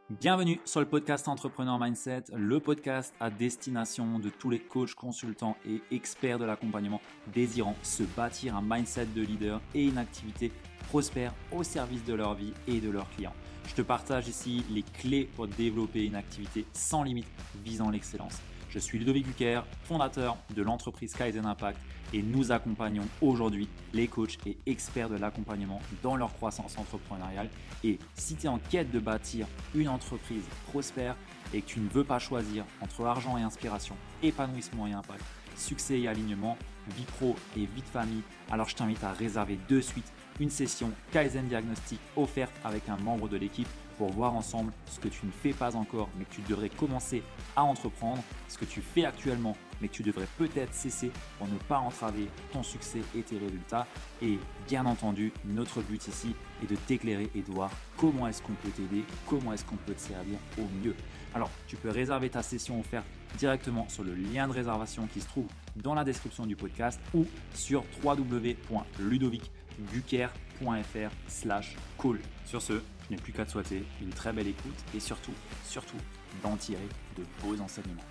Bienvenue sur le podcast Entrepreneur Mindset, le podcast à destination de tous les coachs, consultants et experts de l'accompagnement désirant se bâtir un mindset de leader et une activité prospère au service de leur vie et de leurs clients. Je te partage ici les clés pour développer une activité sans limite visant l'excellence. Je suis Ludovic Bucher, fondateur de l'entreprise Kaizen Impact et nous accompagnons aujourd'hui les coachs et experts de l'accompagnement dans leur croissance entrepreneuriale. Et si tu es en quête de bâtir une entreprise prospère et que tu ne veux pas choisir entre argent et inspiration, épanouissement et impact, succès et alignement, vie pro et vie de famille, alors je t'invite à réserver de suite une session Kaizen Diagnostic offerte avec un membre de l'équipe pour voir ensemble ce que tu ne fais pas encore mais que tu devrais commencer à entreprendre, ce que tu fais actuellement mais que tu devrais peut-être cesser pour ne pas entraver ton succès et tes résultats. Et bien entendu, notre but ici est de t'éclairer et de voir comment est-ce qu'on peut t'aider, comment est-ce qu'on peut te servir au mieux. Alors, tu peux réserver ta session offerte directement sur le lien de réservation qui se trouve dans la description du podcast ou sur www.ludovicbucher.fr/call. Sur ce, je n'ai plus qu'à te souhaiter une très belle écoute et surtout d'en tirer de beaux enseignements.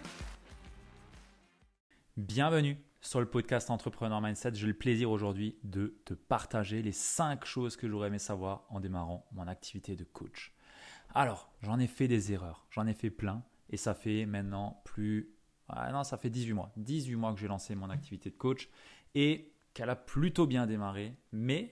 Bienvenue sur le podcast Entrepreneur Mindset. J'ai le plaisir aujourd'hui de te partager les 5 choses que j'aurais aimé savoir en démarrant mon activité de coach. Alors, j'en ai fait des erreurs, j'en ai fait plein et ça fait maintenant ça fait 18 mois. 18 mois que j'ai lancé mon activité de coach et qu'elle a plutôt bien démarré, mais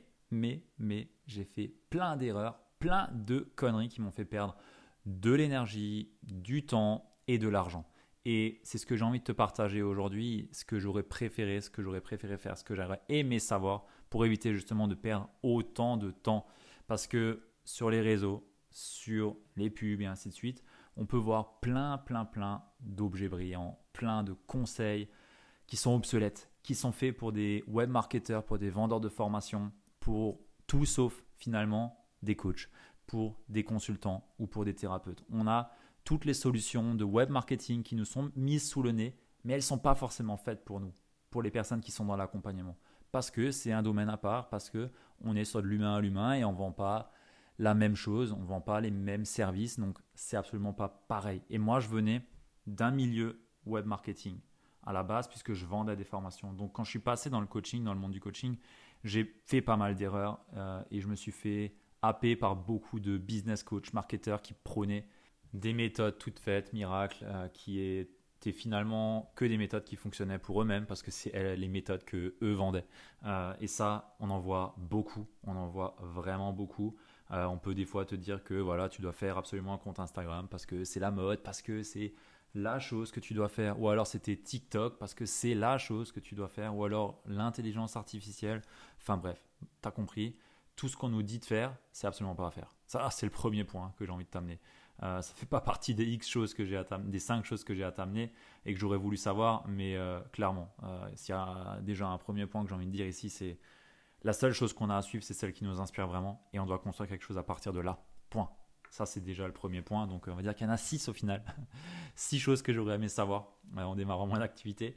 j'ai fait plein d'erreurs, plein de conneries qui m'ont fait perdre de l'énergie, du temps et de l'argent. Et c'est ce que j'ai envie de te partager aujourd'hui, ce que j'aurais préféré faire, ce que j'aurais aimé savoir pour éviter justement de perdre autant de temps. Parce que sur les réseaux, sur les pubs et ainsi de suite, on peut voir plein d'objets brillants, plein de conseils qui sont obsolètes, qui sont faits pour des web marketeurs, pour des vendeurs de formation, pour tout sauf finalement des coachs, pour des consultants ou pour des thérapeutes. On a toutes les solutions de web marketing qui nous sont mises sous le nez, mais elles ne sont pas forcément faites pour nous, pour les personnes qui sont dans l'accompagnement. Parce que c'est un domaine à part, parce qu'on est sur de l'humain à l'humain et on ne vend pas la même chose, on ne vend pas les mêmes services, donc c'est absolument pas pareil. Et moi, je venais d'un milieu web marketing à la base, puisque je vendais des formations. Donc quand je suis passé dans le coaching, dans le monde du coaching, j'ai fait pas mal d'erreurs et je me suis fait happer par beaucoup de business coach, marketeurs qui prônaient des méthodes toutes faites, miracles, qui étaient finalement que des méthodes qui fonctionnaient pour eux-mêmes parce que c'est les méthodes qu'eux vendaient. Et ça, on en voit beaucoup, on en voit vraiment beaucoup. On peut des fois te dire que voilà, tu dois faire absolument un compte Instagram parce que c'est la mode, parce que c'est la chose que tu dois faire. Ou alors c'était TikTok parce que c'est la chose que tu dois faire. Ou alors l'intelligence artificielle. Enfin bref, tu as compris. Tout ce qu'on nous dit de faire, c'est absolument pas à faire. Ça, c'est le premier point que j'ai envie de t'amener. Ça ne fait pas partie des X choses que des 5 choses que j'ai à t'amener et que j'aurais voulu savoir, mais clairement, s'il y a déjà un premier point que j'ai envie de dire ici, c'est la seule chose qu'on a à suivre, c'est celle qui nous inspire vraiment et on doit construire quelque chose à partir de là. Point. Ça, c'est déjà le premier point. Donc, on va dire qu'il y en a 6 au final. 6 choses que j'aurais aimé savoir en démarrant mon activité.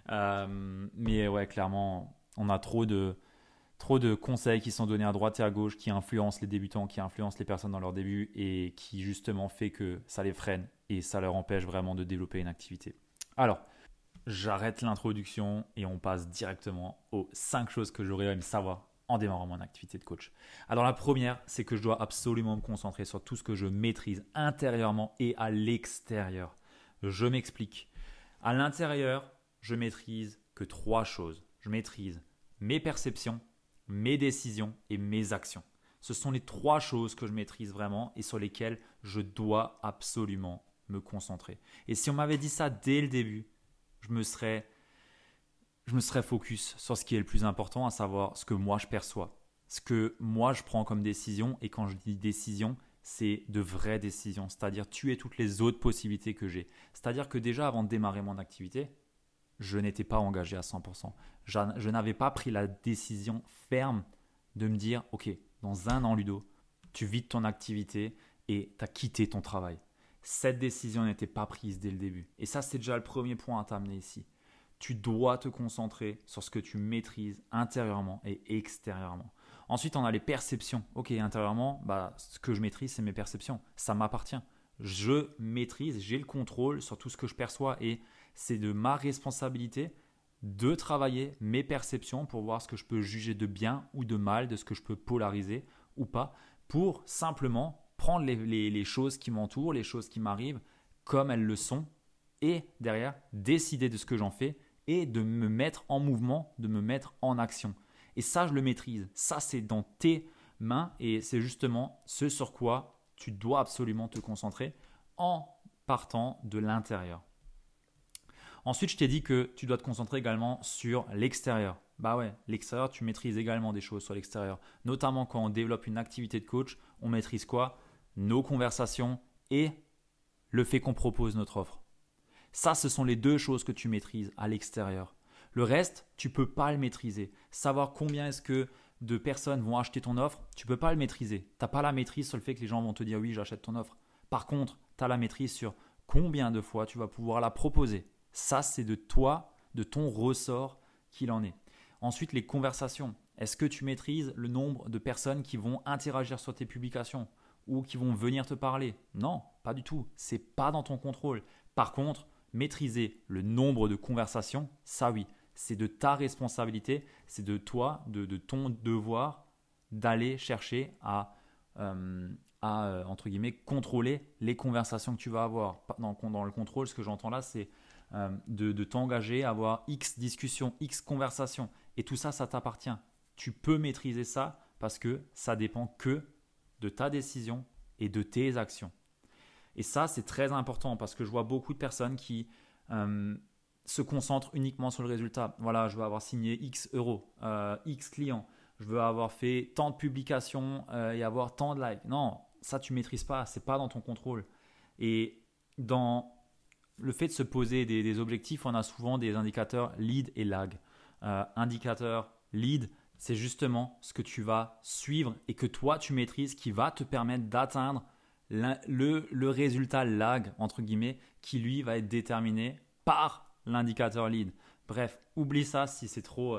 Mais ouais, clairement, on a trop de conseils qui sont donnés à droite et à gauche qui influencent les débutants, qui influencent les personnes dans leur début et qui justement fait que ça les freine et ça leur empêche vraiment de développer une activité. Alors, j'arrête l'introduction et on passe directement aux 5 choses que j'aurais aimé savoir en démarrant mon activité de coach. Alors la première, c'est que je dois absolument me concentrer sur tout ce que je maîtrise intérieurement et à l'extérieur. Je m'explique. À l'intérieur, je maîtrise que 3 choses. Je maîtrise mes perceptions, mes décisions et mes actions. Ce sont les 3 choses que je maîtrise vraiment et sur lesquelles je dois absolument me concentrer. Et si on m'avait dit ça dès le début, je me serais focus sur ce qui est le plus important, à savoir ce que moi je perçois, ce que moi je prends comme décision. Et quand je dis décision, c'est de vraies décisions, c'est-à-dire tuer toutes les autres possibilités que j'ai. C'est-à-dire que déjà avant de démarrer mon activité, je n'étais pas engagé à 100%. Je n'avais pas pris la décision ferme de me dire « Ok, dans 1 an, Ludo, tu vides ton activité et tu as quitté ton travail. » Cette décision n'était pas prise dès le début. Et ça, c'est déjà le premier point à t'amener ici. Tu dois te concentrer sur ce que tu maîtrises intérieurement et extérieurement. Ensuite, on a les perceptions. Ok, intérieurement, ce que je maîtrise, c'est mes perceptions. Ça m'appartient. je maîtrise, j'ai le contrôle sur tout ce que je perçois et c'est de ma responsabilité de travailler mes perceptions pour voir ce que je peux juger de bien ou de mal, de ce que je peux polariser ou pas, pour simplement prendre les choses qui m'entourent, les choses qui m'arrivent comme elles le sont et derrière décider de ce que j'en fais et de me mettre en mouvement, de me mettre en action. Et ça, je le maîtrise. Ça, c'est dans tes mains et c'est justement ce sur quoi tu dois absolument te concentrer en partant de l'intérieur. Ensuite, je t'ai dit que tu dois te concentrer également sur l'extérieur. Bah ouais, l'extérieur, tu maîtrises également des choses sur l'extérieur. Notamment quand on développe une activité de coach, on maîtrise quoi? Nos conversations et le fait qu'on propose notre offre. Ça, ce sont les deux choses que tu maîtrises à l'extérieur. Le reste, tu ne peux pas le maîtriser. Savoir combien est-ce que de personnes vont acheter ton offre, tu ne peux pas le maîtriser. Tu n'as pas la maîtrise sur le fait que les gens vont te dire oui, j'achète ton offre. Par contre, tu as la maîtrise sur combien de fois tu vas pouvoir la proposer. Ça, c'est de toi, de ton ressort qu'il en est. Ensuite, les conversations. Est-ce que tu maîtrises le nombre de personnes qui vont interagir sur tes publications ou qui vont venir te parler? Non, pas du tout. Ce n'est pas dans ton contrôle. Par contre, maîtriser le nombre de conversations, ça oui, c'est de ta responsabilité, c'est de toi, de ton devoir d'aller chercher à entre guillemets, contrôler les conversations que tu vas avoir. Dans le contrôle, ce que j'entends là, c'est de t'engager à avoir X discussions, X conversations. Et tout ça, ça t'appartient. Tu peux maîtriser ça parce que ça dépend que de ta décision et de tes actions. Et ça, c'est très important parce que je vois beaucoup de personnes qui se concentrent uniquement sur le résultat. Voilà, je veux avoir signé X euros, X clients, je veux avoir fait tant de publications et avoir tant de likes. Non, ça, tu ne maîtrises pas, ce n'est pas dans ton contrôle. Et dans le fait de se poser des objectifs, on a souvent des indicateurs lead et lag. Indicateur lead, c'est justement ce que tu vas suivre et que toi, tu maîtrises qui va te permettre d'atteindre le résultat lag, entre guillemets, qui lui va être déterminé par l'indicateur lead. Bref, oublie ça si c'est trop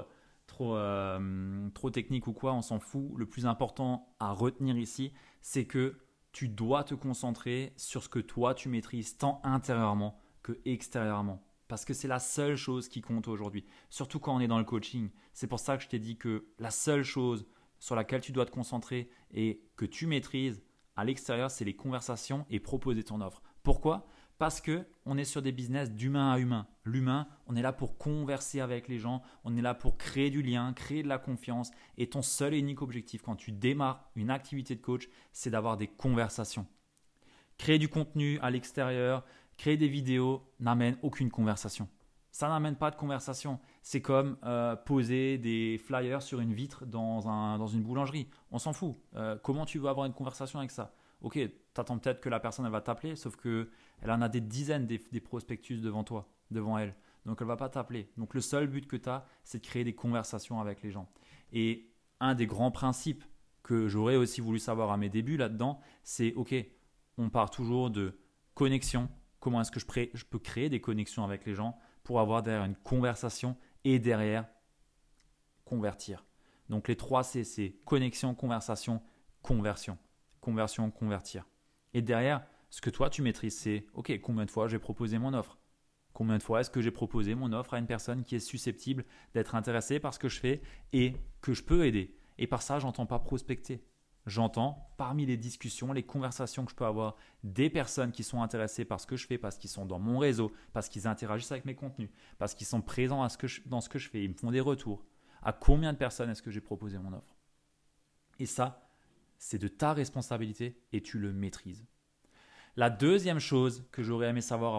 technique ou quoi, on s'en fout. Le plus important à retenir ici, c'est que tu dois te concentrer sur ce que toi tu maîtrises tant intérieurement que extérieurement. Parce que c'est la seule chose qui compte aujourd'hui, surtout quand on est dans le coaching. C'est pour ça que je t'ai dit que la seule chose sur laquelle tu dois te concentrer et que tu maîtrises à l'extérieur, c'est les conversations et proposer ton offre. Pourquoi ? Parce qu'on est sur des business d'humain à humain. L'humain, on est là pour converser avec les gens, on est là pour créer du lien, créer de la confiance. Et ton seul et unique objectif quand tu démarres une activité de coach, c'est d'avoir des conversations. Créer du contenu à l'extérieur, créer des vidéos n'amène aucune conversation. Ça n'amène pas de conversation. C'est comme poser des flyers sur une vitre dans une boulangerie. On s'en fout. Comment tu veux avoir une conversation avec ça ? Ok, tu attends peut-être que la personne elle va t'appeler, sauf qu'elle en a des dizaines des prospectus devant elle. Donc elle ne va pas t'appeler. Donc le seul but que tu as, c'est de créer des conversations avec les gens. Et un des grands principes que j'aurais aussi voulu savoir à mes débuts là-dedans, c'est ok, on part toujours de connexion. Comment est-ce que je peux créer des connexions avec les gens pour avoir derrière une conversation et derrière convertir. Donc les 3 C, c'est connexion, conversation, conversion. Conversion, convertir. Et derrière, ce que toi tu maîtrises, c'est ok, combien de fois j'ai proposé mon offre ? Combien de fois est-ce que j'ai proposé mon offre à une personne qui est susceptible d'être intéressée par ce que je fais et que je peux aider ? Et par ça, j'entends pas prospecter. J'entends parmi les discussions, les conversations que je peux avoir des personnes qui sont intéressées par ce que je fais, parce qu'ils sont dans mon réseau, parce qu'ils interagissent avec mes contenus, parce qu'ils sont présents dans ce que je fais, ils me font des retours. À combien de personnes est-ce que j'ai proposé mon offre ? Et ça, c'est de ta responsabilité et tu le maîtrises. La deuxième chose que j'aurais aimé savoir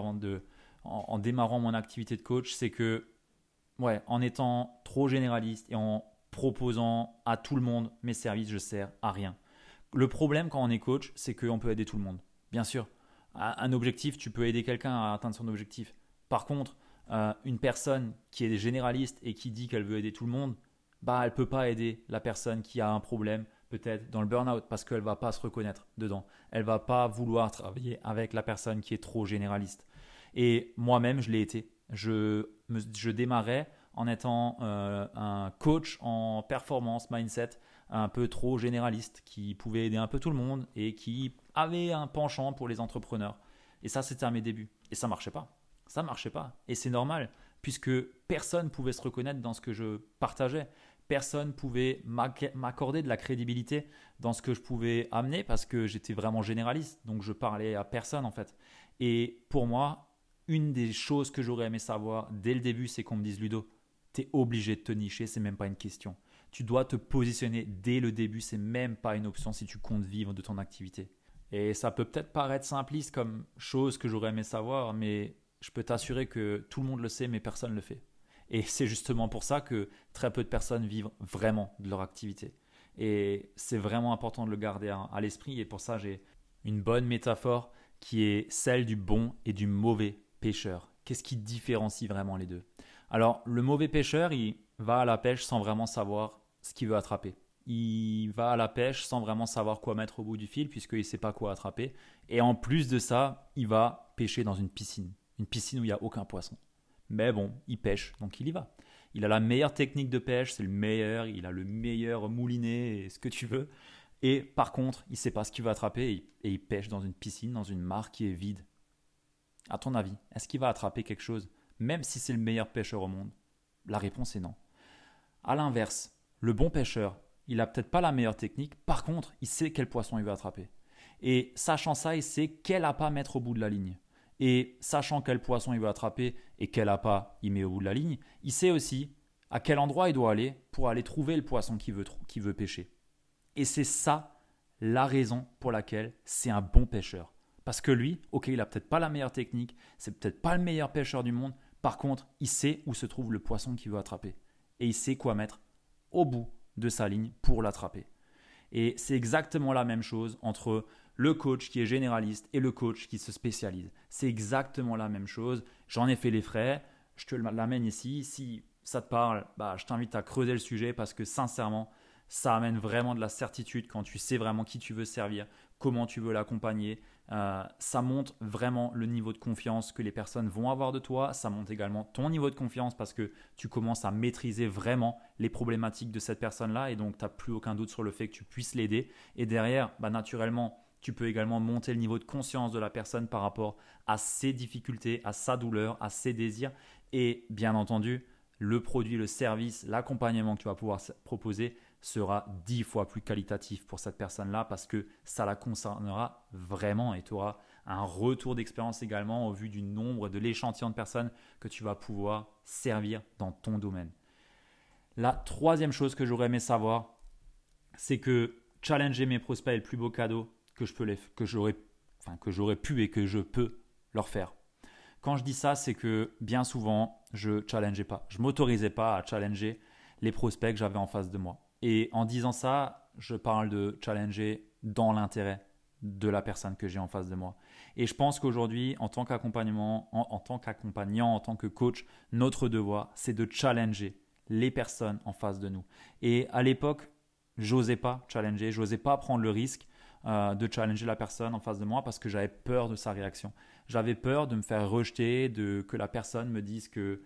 en démarrant mon activité de coach, c'est que en étant trop généraliste et en proposant à tout le monde mes services, je ne sers à rien. Le problème quand on est coach, c'est qu'on peut aider tout le monde. Bien sûr, un objectif, tu peux aider quelqu'un à atteindre son objectif. Par contre, une personne qui est généraliste et qui dit qu'elle veut aider tout le monde, elle ne peut pas aider la personne qui a un problème peut-être dans le burn-out parce qu'elle ne va pas se reconnaître dedans. Elle ne va pas vouloir travailler avec la personne qui est trop généraliste. Et moi-même, je l'ai été. Je démarrais en étant un coach en performance mindset un peu trop généraliste qui pouvait aider un peu tout le monde et qui avait un penchant pour les entrepreneurs. Et ça, c'était à mes débuts. Et ça marchait pas. Ça marchait pas. Et c'est normal, puisque personne pouvait se reconnaître dans ce que je partageais. Personne pouvait m'accorder de la crédibilité dans ce que je pouvais amener parce que j'étais vraiment généraliste. Donc, je parlais à personne en fait. Et pour moi, une des choses que j'aurais aimé savoir dès le début, c'est qu'on me dise Ludo, tu es obligé de te nicher, c'est même pas une question. Tu dois te positionner dès le début, c'est même pas une option si tu comptes vivre de ton activité. Et ça peut peut-être paraître simpliste comme chose que j'aurais aimé savoir, mais je peux t'assurer que tout le monde le sait, mais personne ne le fait. Et c'est justement pour ça que très peu de personnes vivent vraiment de leur activité. Et c'est vraiment important de le garder à l'esprit. Et pour ça, j'ai une bonne métaphore qui est celle du bon et du mauvais pêcheur. Qu'est-ce qui différencie vraiment les deux? Alors, le mauvais pêcheur, il va à la pêche sans vraiment savoir ce qu'il veut attraper. Il va à la pêche sans vraiment savoir quoi mettre au bout du fil puisqu'il ne sait pas quoi attraper. Et en plus de ça, il va pêcher dans une piscine. Une piscine où il n'y a aucun poisson. Mais bon, il pêche, donc il y va. Il a la meilleure technique de pêche, c'est le meilleur, il a le meilleur moulinet et ce que tu veux. Et par contre, il ne sait pas ce qu'il va attraper et il pêche dans une piscine, dans une mare qui est vide. À ton avis, est-ce qu'il va attraper quelque chose, même si c'est le meilleur pêcheur au monde? La réponse est non. À l'inverse, le bon pêcheur, il n'a peut-être pas la meilleure technique, par contre, il sait quel poisson il va attraper. Et sachant ça, il sait quel appât mettre au bout de la ligne. Et sachant quel poisson il veut attraper et quel appât il met au bout de la ligne, il sait aussi à quel endroit il doit aller pour aller trouver le poisson qu'il veut pêcher. Et c'est ça la raison pour laquelle c'est un bon pêcheur. Parce que lui, ok, il n'a peut-être pas la meilleure technique, c'est peut-être pas le meilleur pêcheur du monde, par contre, il sait où se trouve le poisson qu'il veut attraper. Et il sait quoi mettre au bout de sa ligne pour l'attraper. Et c'est exactement la même chose entre le coach qui est généraliste et le coach qui se spécialise. C'est exactement la même chose. J'en ai fait les frais, je te l'amène ici. Si ça te parle, je t'invite à creuser le sujet parce que sincèrement, ça amène vraiment de la certitude quand tu sais vraiment qui tu veux servir, comment tu veux l'accompagner. Ça monte vraiment le niveau de confiance que les personnes vont avoir de toi. Ça monte également ton niveau de confiance parce que tu commences à maîtriser vraiment les problématiques de cette personne-là et donc tu n'as plus aucun doute sur le fait que tu puisses l'aider. Et derrière, naturellement, tu peux également monter le niveau de conscience de la personne par rapport à ses difficultés, à sa douleur, à ses désirs. Et bien entendu, le produit, le service, l'accompagnement que tu vas pouvoir proposer sera 10 fois plus qualitatif pour cette personne-là parce que ça la concernera vraiment et tu auras un retour d'expérience également au vu du nombre, de l'échantillon de personnes que tu vas pouvoir servir dans ton domaine. La troisième chose que j'aurais aimé savoir, c'est que challenger mes prospects est le plus beau cadeau que j'aurais pu et que je peux leur faire. Quand je dis ça, c'est que bien souvent, je challengeais pas. Je m'autorisais pas à challenger les prospects que j'avais en face de moi. Et en disant ça, je parle de challenger dans l'intérêt de la personne que j'ai en face de moi. Et je pense qu'aujourd'hui, en tant qu'accompagnant, en tant que coach, notre devoir, c'est de challenger les personnes en face de nous. Et à l'époque, j'osais pas challenger, j'osais pas prendre le risque de challenger la personne en face de moi parce que j'avais peur de sa réaction. J'avais peur de me faire rejeter, que la personne me dise que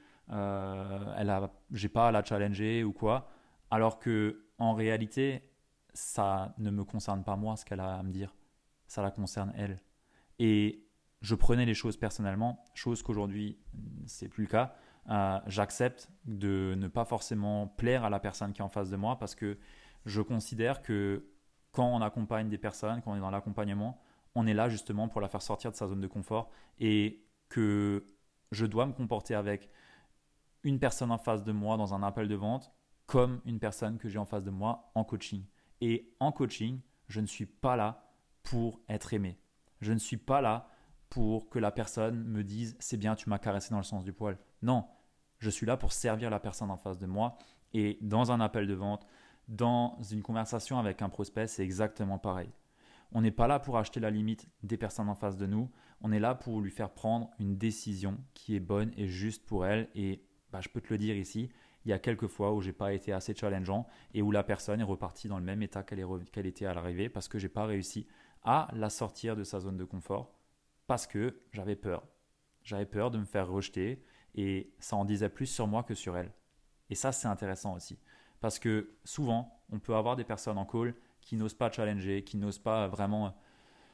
j'ai pas à la challenger ou quoi, alors que en réalité, ça ne me concerne pas moi ce qu'elle a à me dire, ça la concerne elle. Et je prenais les choses personnellement, chose qu'aujourd'hui c'est plus le cas. J'accepte de ne pas forcément plaire à la personne qui est en face de moi parce que je considère que quand on accompagne des personnes, quand on est dans l'accompagnement, on est là justement pour la faire sortir de sa zone de confort et que je dois me comporter avec une personne en face de moi dans un appel de vente comme une personne que j'ai en face de moi en coaching. Et en coaching, je ne suis pas là pour être aimé. Je ne suis pas là pour que la personne me dise « c'est bien, tu m'as caressé dans le sens du poil ». Non, je suis là pour servir la personne en face de moi. Et dans un appel de vente, dans une conversation avec un prospect, c'est exactement pareil. On n'est pas là pour acheter la limite des personnes en face de nous. On est là pour lui faire prendre une décision qui est bonne et juste pour elle. Et je peux te le dire ici, il y a quelques fois où je n'ai pas été assez challengeant et où la personne est repartie dans le même état qu'elle était à l'arrivée parce que je n'ai pas réussi à la sortir de sa zone de confort parce que j'avais peur. J'avais peur de me faire rejeter et ça en disait plus sur moi que sur elle. Et ça, c'est intéressant aussi. Parce que souvent, on peut avoir des personnes en call qui n'osent pas challenger, qui n'osent pas vraiment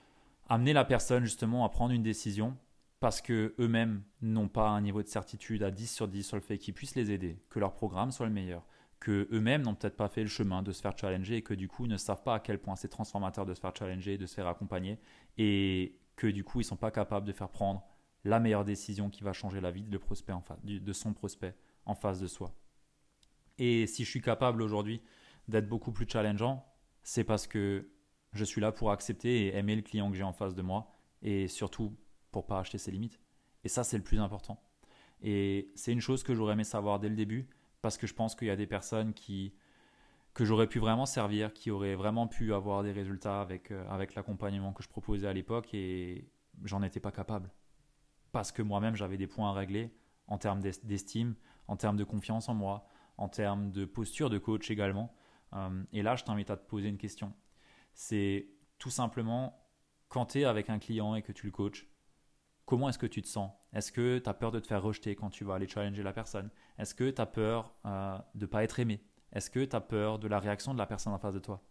amener la personne justement à prendre une décision parce qu'eux-mêmes n'ont pas un niveau de certitude à 10 sur 10 sur le fait qu'ils puissent les aider, que leur programme soit le meilleur, qu'eux-mêmes n'ont peut-être pas fait le chemin de se faire challenger et que du coup ne savent pas à quel point c'est transformateur de se faire challenger, de se faire accompagner et que du coup ils ne sont pas capables de faire prendre la meilleure décision qui va changer la vie de, prospect de son prospect en face de soi. Et si je suis capable aujourd'hui d'être beaucoup plus challengeant, c'est parce que je suis là pour accepter et aimer le client que j'ai en face de moi et surtout pour pas acheter ses limites. Et ça, c'est le plus important. Et c'est une chose que j'aurais aimé savoir dès le début parce que je pense qu'il y a des personnes que j'aurais pu vraiment servir, qui auraient vraiment pu avoir des résultats avec l'accompagnement que je proposais à l'époque et j'en étais pas capable. Parce que moi-même, j'avais des points à régler en termes d'estime, en termes de confiance en moi, en termes de posture de coach également. Et là, je t'invite à te poser une question. C'est tout simplement, quand tu es avec un client et que tu le coaches, comment est-ce que tu te sens? Est-ce que tu as peur de te faire rejeter quand tu vas aller challenger la personne? Est-ce que tu as peur de ne pas être aimé? Est-ce que tu as peur de la réaction de la personne en face de toi?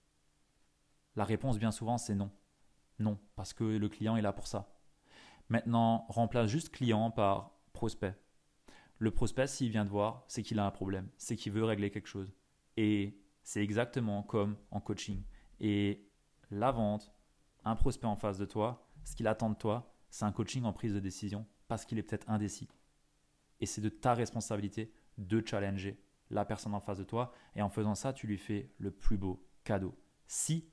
La réponse, bien souvent, c'est non. Non, parce que le client est là pour ça. Maintenant, remplace juste client par prospect. Le prospect, s'il vient te voir, c'est qu'il a un problème, c'est qu'il veut régler quelque chose. Et c'est exactement comme en coaching. Et la vente, un prospect en face de toi, ce qu'il attend de toi, c'est un coaching en prise de décision parce qu'il est peut-être indécis. Et c'est de ta responsabilité de challenger la personne en face de toi. Et en faisant ça, tu lui fais le plus beau cadeau. Si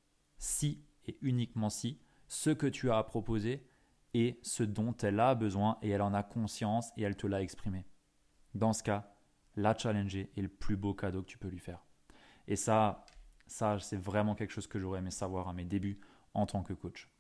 et uniquement si, ce que tu as à proposer est ce dont elle a besoin et elle en a conscience et elle te l'a exprimé. Dans ce cas, la challenger est le plus beau cadeau que tu peux lui faire. Et ça c'est vraiment quelque chose que j'aurais aimé savoir à mes débuts en tant que coach.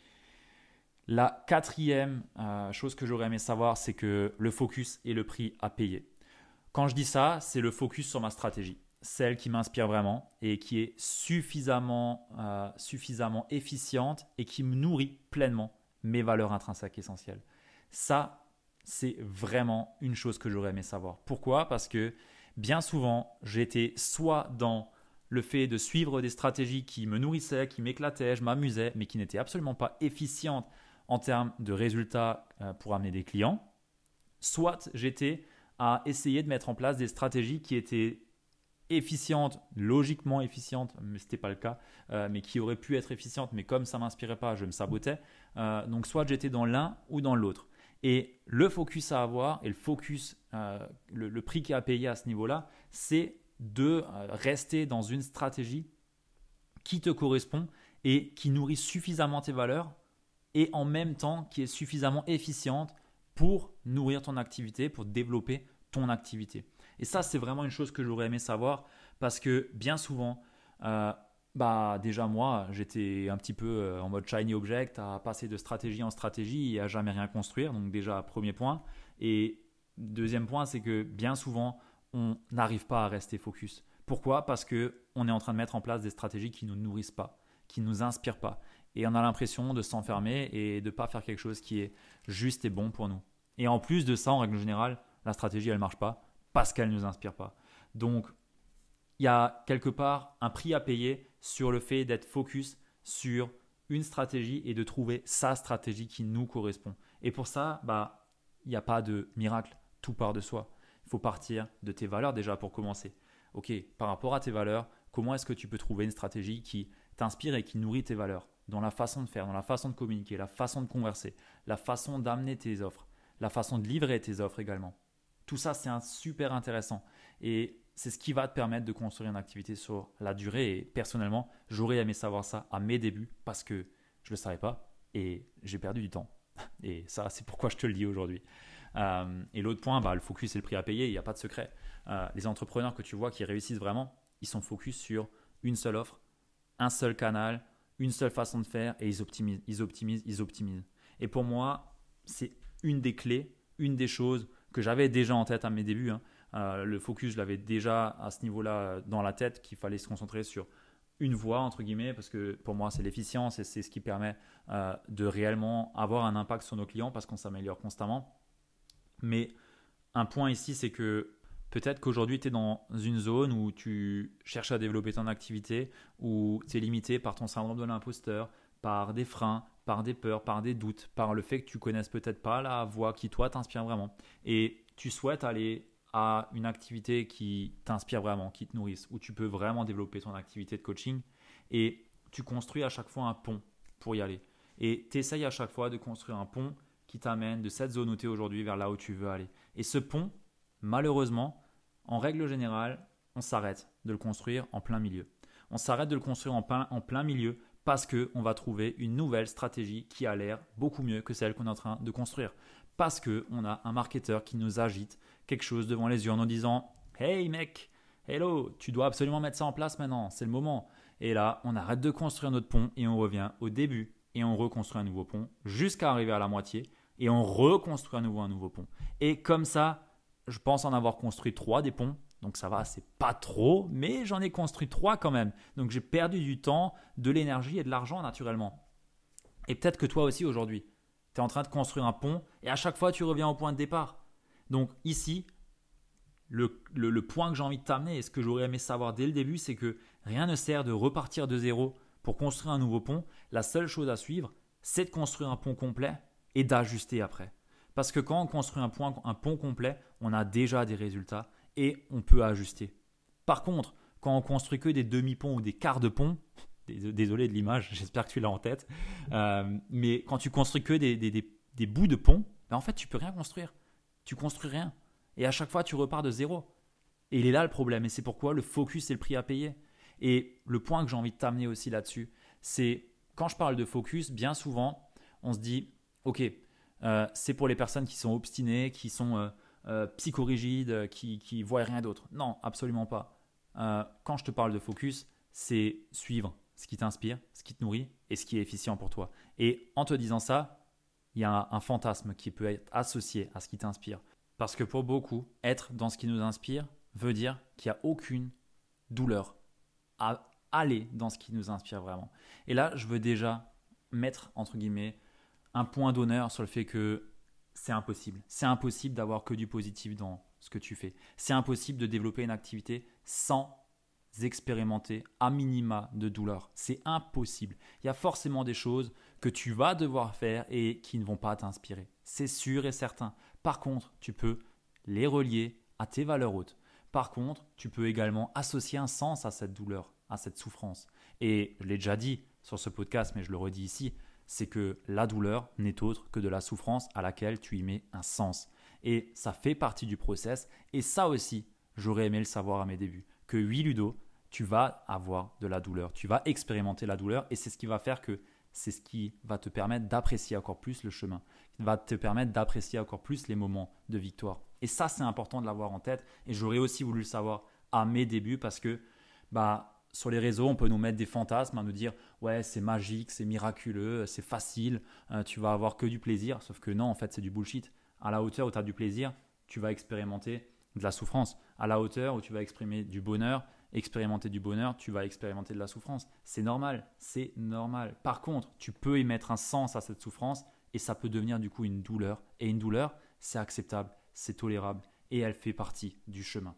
La quatrième chose que j'aurais aimé savoir, c'est que le focus est le prix à payer. Quand je dis ça, c'est le focus sur ma stratégie, celle qui m'inspire vraiment et qui est suffisamment efficiente et qui me nourrit pleinement mes valeurs intrinsèques essentielles. Ça, c'est vraiment une chose que j'aurais aimé savoir. Pourquoi? Parce que bien souvent, j'étais soit dans le fait de suivre des stratégies qui me nourrissaient, qui m'éclataient, je m'amusais, mais qui n'étaient absolument pas efficientes en termes de résultats pour amener des clients, soit j'étais à essayer de mettre en place des stratégies qui étaient efficientes, logiquement efficientes, mais ce n'était pas le cas, mais qui auraient pu être efficientes, mais comme ça ne m'inspirait pas, je me sabotais. Donc soit j'étais dans l'un ou dans l'autre. Et le focus à avoir et le focus, le prix qui est à payer à ce niveau-là, c'est de rester dans une stratégie qui te correspond et qui nourrit suffisamment tes valeurs et en même temps qui est suffisamment efficiente pour nourrir ton activité, pour développer ton activité. Et ça, c'est vraiment une chose que j'aurais aimé savoir parce que bien souvent, déjà moi, j'étais un petit peu en mode shiny object à passer de stratégie en stratégie et à jamais rien construire. Donc déjà, premier point. Et deuxième point, c'est que bien souvent, on n'arrive pas à rester focus. Pourquoi? Parce qu'on est en train de mettre en place des stratégies qui ne nous nourrissent pas, qui ne nous inspirent pas. Et on a l'impression de s'enfermer et de ne pas faire quelque chose qui est juste et bon pour nous. Et en plus de ça, en règle générale, la stratégie, elle ne marche pas parce qu'elle ne nous inspire pas. Donc, il y a quelque part un prix à payer sur le fait d'être focus sur une stratégie et de trouver sa stratégie qui nous correspond. Et pour ça, il n'y a pas de miracle, tout part de soi. Il faut partir de tes valeurs déjà pour commencer. Ok, par rapport à tes valeurs, comment est-ce que tu peux trouver une stratégie qui t'inspire et qui nourrit tes valeurs dans la façon de faire, dans la façon de communiquer, la façon de converser, la façon d'amener tes offres, la façon de livrer tes offres également. Tout ça, c'est super intéressant et c'est ce qui va te permettre de construire une activité sur la durée. Et personnellement, j'aurais aimé savoir ça à mes débuts parce que je ne le savais pas et j'ai perdu du temps. Et ça, c'est pourquoi je te le dis aujourd'hui. Et l'autre point, le focus et le prix à payer, il n'y a pas de secret. Les entrepreneurs que tu vois qui réussissent vraiment, ils sont focus sur une seule offre, un seul canal, une seule façon de faire et ils optimisent. Et pour moi, c'est une des clés, une des choses que j'avais déjà en tête à mes débuts. Le focus, je l'avais déjà à ce niveau-là dans la tête, qu'il fallait se concentrer sur une voie, entre guillemets, parce que pour moi, c'est l'efficience et c'est ce qui permet de réellement avoir un impact sur nos clients parce qu'on s'améliore constamment. Mais un point ici, c'est que peut-être qu'aujourd'hui, tu es dans une zone où tu cherches à développer ton activité, où tu es limité par ton syndrome de l'imposteur, par des freins, par des peurs, par des doutes, par le fait que tu connaisses peut-être pas la voie qui toi t'inspire vraiment. Et tu souhaites aller à une activité qui t'inspire vraiment, qui te nourrisse, où tu peux vraiment développer ton activité de coaching et tu construis à chaque fois un pont pour y aller. Et tu essayes à chaque fois de construire un pont qui t'amène de cette zone où tu es aujourd'hui vers là où tu veux aller. Et ce pont, malheureusement, en règle générale, on s'arrête de le construire en plein milieu. On s'arrête de le construire en plein milieu parce qu'on va trouver une nouvelle stratégie qui a l'air beaucoup mieux que celle qu'on est en train de construire. Parce qu'on a un marketeur qui nous agite quelque chose devant les yeux en nous disant « Hey mec, hello, tu dois absolument mettre ça en place maintenant, c'est le moment ». Et là, on arrête de construire notre pont et on revient au début et on reconstruit un nouveau pont jusqu'à arriver à la moitié et on reconstruit à nouveau un nouveau pont. Et comme ça, je pense en avoir construit 3 des ponts. Donc ça va, c'est pas trop, mais j'en ai construit 3 quand même. Donc j'ai perdu du temps, de l'énergie et de l'argent naturellement. Et peut-être que toi aussi aujourd'hui, tu es en train de construire un pont et à chaque fois tu reviens au point de départ. Donc ici, le point que j'ai envie de t'amener et ce que j'aurais aimé savoir dès le début, c'est que rien ne sert de repartir de zéro pour construire un nouveau pont. La seule chose à suivre, c'est de construire un pont complet et d'ajuster après. Parce que quand on construit un pont complet, on a déjà des résultats et on peut ajuster. Par contre, quand on construit que des demi-ponts ou des quarts de pont, désolé de l'image, j'espère que tu l'as en tête, mais quand tu construis que des bouts de pont, ben en fait, tu peux rien construire. Tu construis rien. Et à chaque fois, tu repars de zéro. Et il est là le problème. Et c'est pourquoi le focus est le prix à payer. Et le point que j'ai envie de t'amener aussi là-dessus, c'est quand je parle de focus, bien souvent, on se dit, ok, c'est pour les personnes qui sont obstinées, qui sont psychorigides, qui voient rien d'autre. Non, absolument pas. Quand je te parle de focus, c'est suivre ce qui t'inspire, ce qui te nourrit et ce qui est efficient pour toi. Et en te disant ça, il y a un fantasme qui peut être associé à ce qui t'inspire. Parce que pour beaucoup, être dans ce qui nous inspire veut dire qu'il n'y a aucune douleur à aller dans ce qui nous inspire vraiment. Et là, je veux déjà mettre, entre guillemets, un point d'honneur sur le fait que c'est impossible. C'est impossible d'avoir que du positif dans ce que tu fais. C'est impossible de développer une activité sans expérimenter à minima de douleur. C'est impossible. Il y a forcément des choses que tu vas devoir faire et qui ne vont pas t'inspirer. C'est sûr et certain. Par contre, tu peux les relier à tes valeurs hautes. Par contre, tu peux également associer un sens à cette douleur, à cette souffrance. Et je l'ai déjà dit sur ce podcast, mais je le redis ici, c'est que la douleur n'est autre que de la souffrance à laquelle tu y mets un sens. Et ça fait partie du process. Et ça aussi, j'aurais aimé le savoir à mes débuts. Que oui, Ludo, tu vas avoir de la douleur. Tu vas expérimenter la douleur et c'est ce qui va faire que c'est ce qui va te permettre d'apprécier encore plus le chemin, qui va te permettre d'apprécier encore plus les moments de victoire. Et ça, c'est important de l'avoir en tête. Et j'aurais aussi voulu le savoir à mes débuts parce que sur les réseaux, on peut nous mettre des fantasmes, à nous dire « ouais, c'est magique, c'est miraculeux, c'est facile, tu vas avoir que du plaisir ». Sauf que non, en fait, c'est du bullshit. À la hauteur où tu as du plaisir, tu vas expérimenter de la souffrance. À la hauteur où tu vas expérimenter du bonheur, tu vas expérimenter de la souffrance. C'est normal, c'est normal. Par contre, tu peux y mettre un sens à cette souffrance et ça peut devenir du coup une douleur. Et une douleur, c'est acceptable, c'est tolérable et elle fait partie du chemin.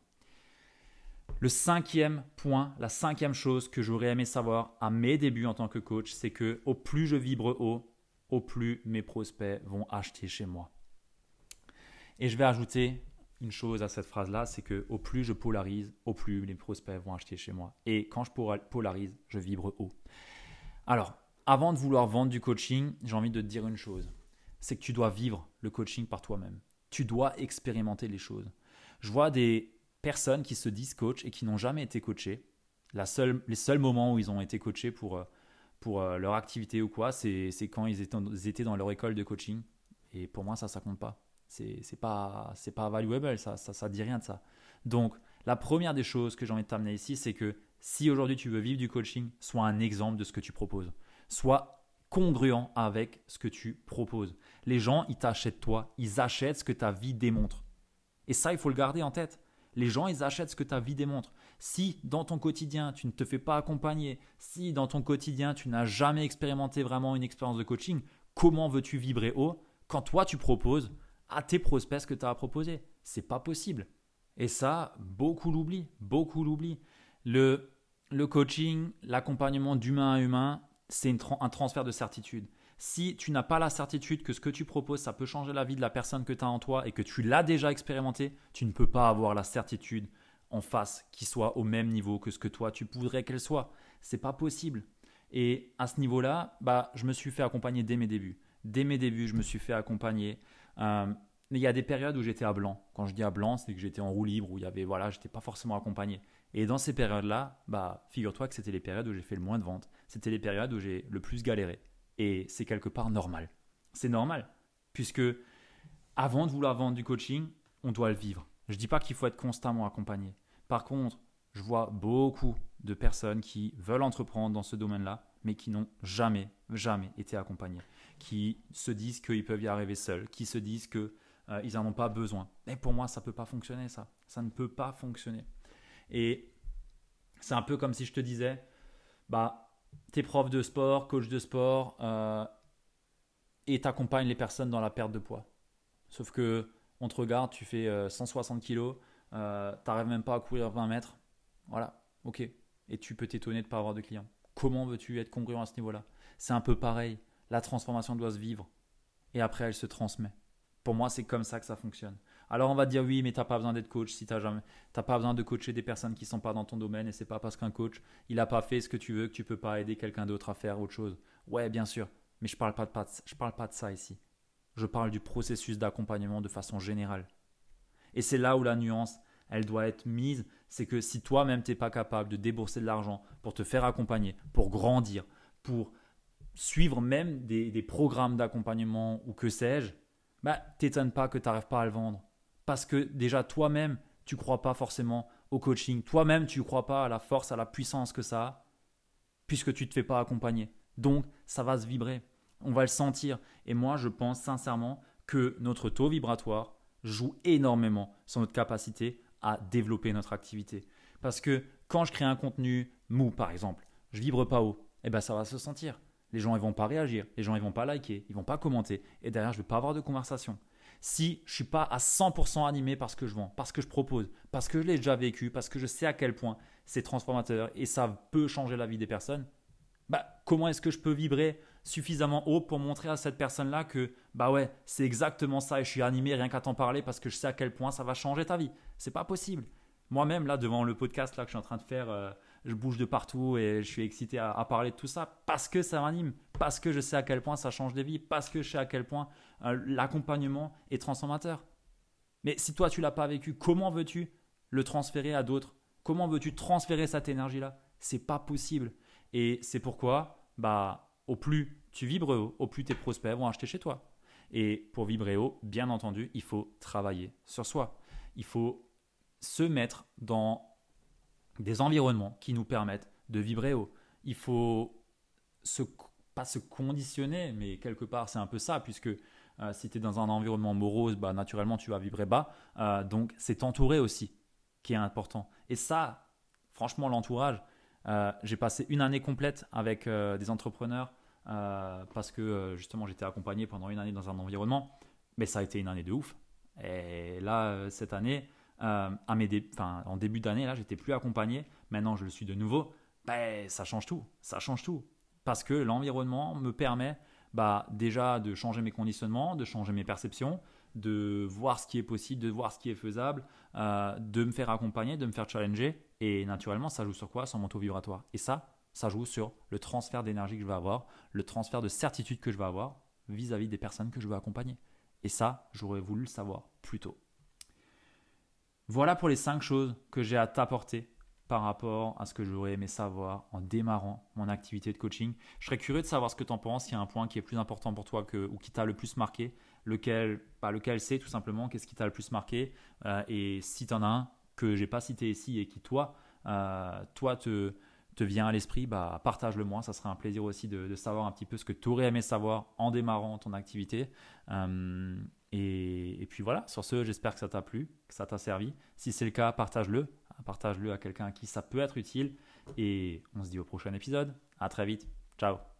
Le 5e point, la 5e chose que j'aurais aimé savoir à mes débuts en tant que coach, c'est que au plus je vibre haut, au plus mes prospects vont acheter chez moi. Et je vais ajouter une chose à cette phrase-là, c'est que au plus je polarise, au plus les prospects vont acheter chez moi. Et quand je polarise, je vibre haut. Alors, avant de vouloir vendre du coaching, j'ai envie de te dire une chose. C'est que tu dois vivre le coaching par toi-même. Tu dois expérimenter les choses. Je vois des personnes qui se disent coach et qui n'ont jamais été coachés. Les seuls moments où ils ont été coachés pour leur activité ou quoi, c'est quand ils étaient dans leur école de coaching. Et pour moi, ça compte pas. C'est pas valuable, ça dit rien de ça. Donc, la première des choses que j'ai envie de t'amener ici, c'est que si aujourd'hui tu veux vivre du coaching, sois un exemple de ce que tu proposes. Sois congruent avec ce que tu proposes. Les gens, ils t'achètent toi, ils achètent ce que ta vie démontre. Et ça, il faut le garder en tête. Les gens, ils achètent ce que ta vie démontre. Si dans ton quotidien, tu ne te fais pas accompagner, si dans ton quotidien, tu n'as jamais expérimenté vraiment une expérience de coaching, comment veux-tu vibrer haut quand toi, tu proposes à tes prospects ce que tu as à proposer? C'est pas possible. Et ça, beaucoup l'oublient. Le coaching, l'accompagnement d'humain à humain, c'est un transfert de certitude. Si tu n'as pas la certitude que ce que tu proposes, ça peut changer la vie de la personne que tu as en toi et que tu l'as déjà expérimenté, tu ne peux pas avoir la certitude en face qui soit au même niveau que ce que toi tu voudrais qu'elle soit. C'est pas possible. Et à ce niveau-là, je me suis fait accompagner dès mes débuts. Dès mes débuts, je me suis fait accompagner. Mais il y a des périodes où j'étais à blanc. Quand je dis à blanc, c'est que j'étais en roue libre, où j'étais pas forcément accompagné. Et dans ces périodes-là, figure-toi que c'était les périodes où j'ai fait le moins de ventes. C'était les périodes où j'ai le plus galéré. Et c'est quelque part normal. C'est normal, puisque avant de vouloir vendre du coaching, on doit le vivre. Je ne dis pas qu'il faut être constamment accompagné. Par contre, je vois beaucoup de personnes qui veulent entreprendre dans ce domaine-là, mais qui n'ont jamais été accompagnées, qui se disent qu'ils peuvent y arriver seuls, qui se disent qu'ils n'en ont pas besoin. Mais pour moi, ça ne peut pas fonctionner, ça. Ça ne peut pas fonctionner. Et c'est un peu comme si je te disais, t'es prof de sport, coach de sport, et t'accompagnes les personnes dans la perte de poids. Sauf que on te regarde, tu fais 160 kilos, t'arrives même pas à courir 20 mètres. Voilà, ok. Et tu peux t'étonner de ne pas avoir de clients. Comment veux-tu être congruent à ce niveau-là? C'est un peu pareil. La transformation doit se vivre. Et après, elle se transmet. Pour moi, c'est comme ça que ça fonctionne. Alors, on va te dire oui, mais tu n'as pas besoin d'être coach si t'as pas besoin de coacher des personnes qui ne sont pas dans ton domaine. Et c'est pas parce qu'un coach, il n'a pas fait ce que tu veux que tu ne peux pas aider quelqu'un d'autre à faire autre chose. Ouais, bien sûr. Mais je ne parle pas de ça ici. Je parle du processus d'accompagnement de façon générale. Et c'est là où la nuance, elle doit être mise. C'est que si toi-même, tu n'es pas capable de débourser de l'argent pour te faire accompagner, pour grandir, pour suivre même des programmes d'accompagnement ou que sais-je, t'étonne pas que tu n'arrives pas à le vendre. Parce que déjà, toi-même, tu ne crois pas forcément au coaching. Toi-même, tu ne crois pas à la force, à la puissance que ça a, puisque tu ne te fais pas accompagner. Donc, ça va se vibrer. On va le sentir. Et moi, je pense sincèrement que notre taux vibratoire joue énormément sur notre capacité à développer notre activité. Parce que quand je crée un contenu mou, par exemple, je vibre pas haut, ça va se sentir. Les gens ne vont pas réagir, les gens ne vont pas liker, ils ne vont pas commenter. Et derrière, je ne vais pas avoir de conversation. Si je ne suis pas à 100% animé par ce que je vends, parce que je propose, parce que je l'ai déjà vécu, parce que je sais à quel point c'est transformateur et ça peut changer la vie des personnes, comment est-ce que je peux vibrer suffisamment haut pour montrer à cette personne-là que c'est exactement ça et je suis animé rien qu'à t'en parler parce que je sais à quel point ça va changer ta vie. C'est pas possible. Moi-même, là, devant le podcast là, que je suis en train de faire, je bouge de partout et je suis excité à parler de tout ça parce que ça m'anime, parce que je sais à quel point ça change des vies, parce que je sais à quel point l'accompagnement est transformateur. Mais si toi, tu ne l'as pas vécu, comment veux-tu le transférer à d'autres? Comment veux-tu transférer cette énergie-là? C'est pas possible. Et c'est pourquoi, au plus tu vibres haut, au plus tes prospects vont acheter chez toi. Et pour vibrer haut, bien entendu, il faut travailler sur soi. Il faut se mettre dans des environnements qui nous permettent de vibrer haut. Il faut pas se conditionner, mais quelque part c'est un peu ça, puisque si tu es dans un environnement morose, naturellement tu vas vibrer bas. Donc c'est t'entourer aussi qui est important. Et ça, franchement, l'entourage, j'ai passé une année complète avec des entrepreneurs parce que justement j'étais accompagné pendant une année dans un environnement, mais ça a été une année de ouf. Et là, cette année, en début d'année, là, j'étais plus accompagné. Maintenant, je le suis de nouveau. Ça change tout. Ça change tout. Parce que l'environnement me permet déjà de changer mes conditionnements, de changer mes perceptions, de voir ce qui est possible, de voir ce qui est faisable, de me faire accompagner, de me faire challenger. Et naturellement, ça joue sur quoi? Sur mon taux vibratoire. Et ça joue sur le transfert d'énergie que je vais avoir, le transfert de certitude que je vais avoir vis-à-vis des personnes que je veux accompagner. Et ça, j'aurais voulu le savoir plus tôt. Voilà pour les 5 choses que j'ai à t'apporter par rapport à ce que j'aurais aimé savoir en démarrant mon activité de coaching. Je serais curieux de savoir ce que tu en penses, s'il y a un point qui est plus important pour toi ou qui t'a le plus marqué, lequel c'est tout simplement, qu'est-ce qui t'a le plus marqué, et si tu en as un que je n'ai pas cité ici et qui toi te vient à l'esprit, partage-le moi, ça serait un plaisir aussi de savoir un petit peu ce que tu aurais aimé savoir en démarrant ton activité. Et puis voilà, sur ce, j'espère que ça t'a plu, que ça t'a servi. Si c'est le cas, partage-le à quelqu'un à qui ça peut être utile. Et on se dit au prochain épisode. À très vite. Ciao.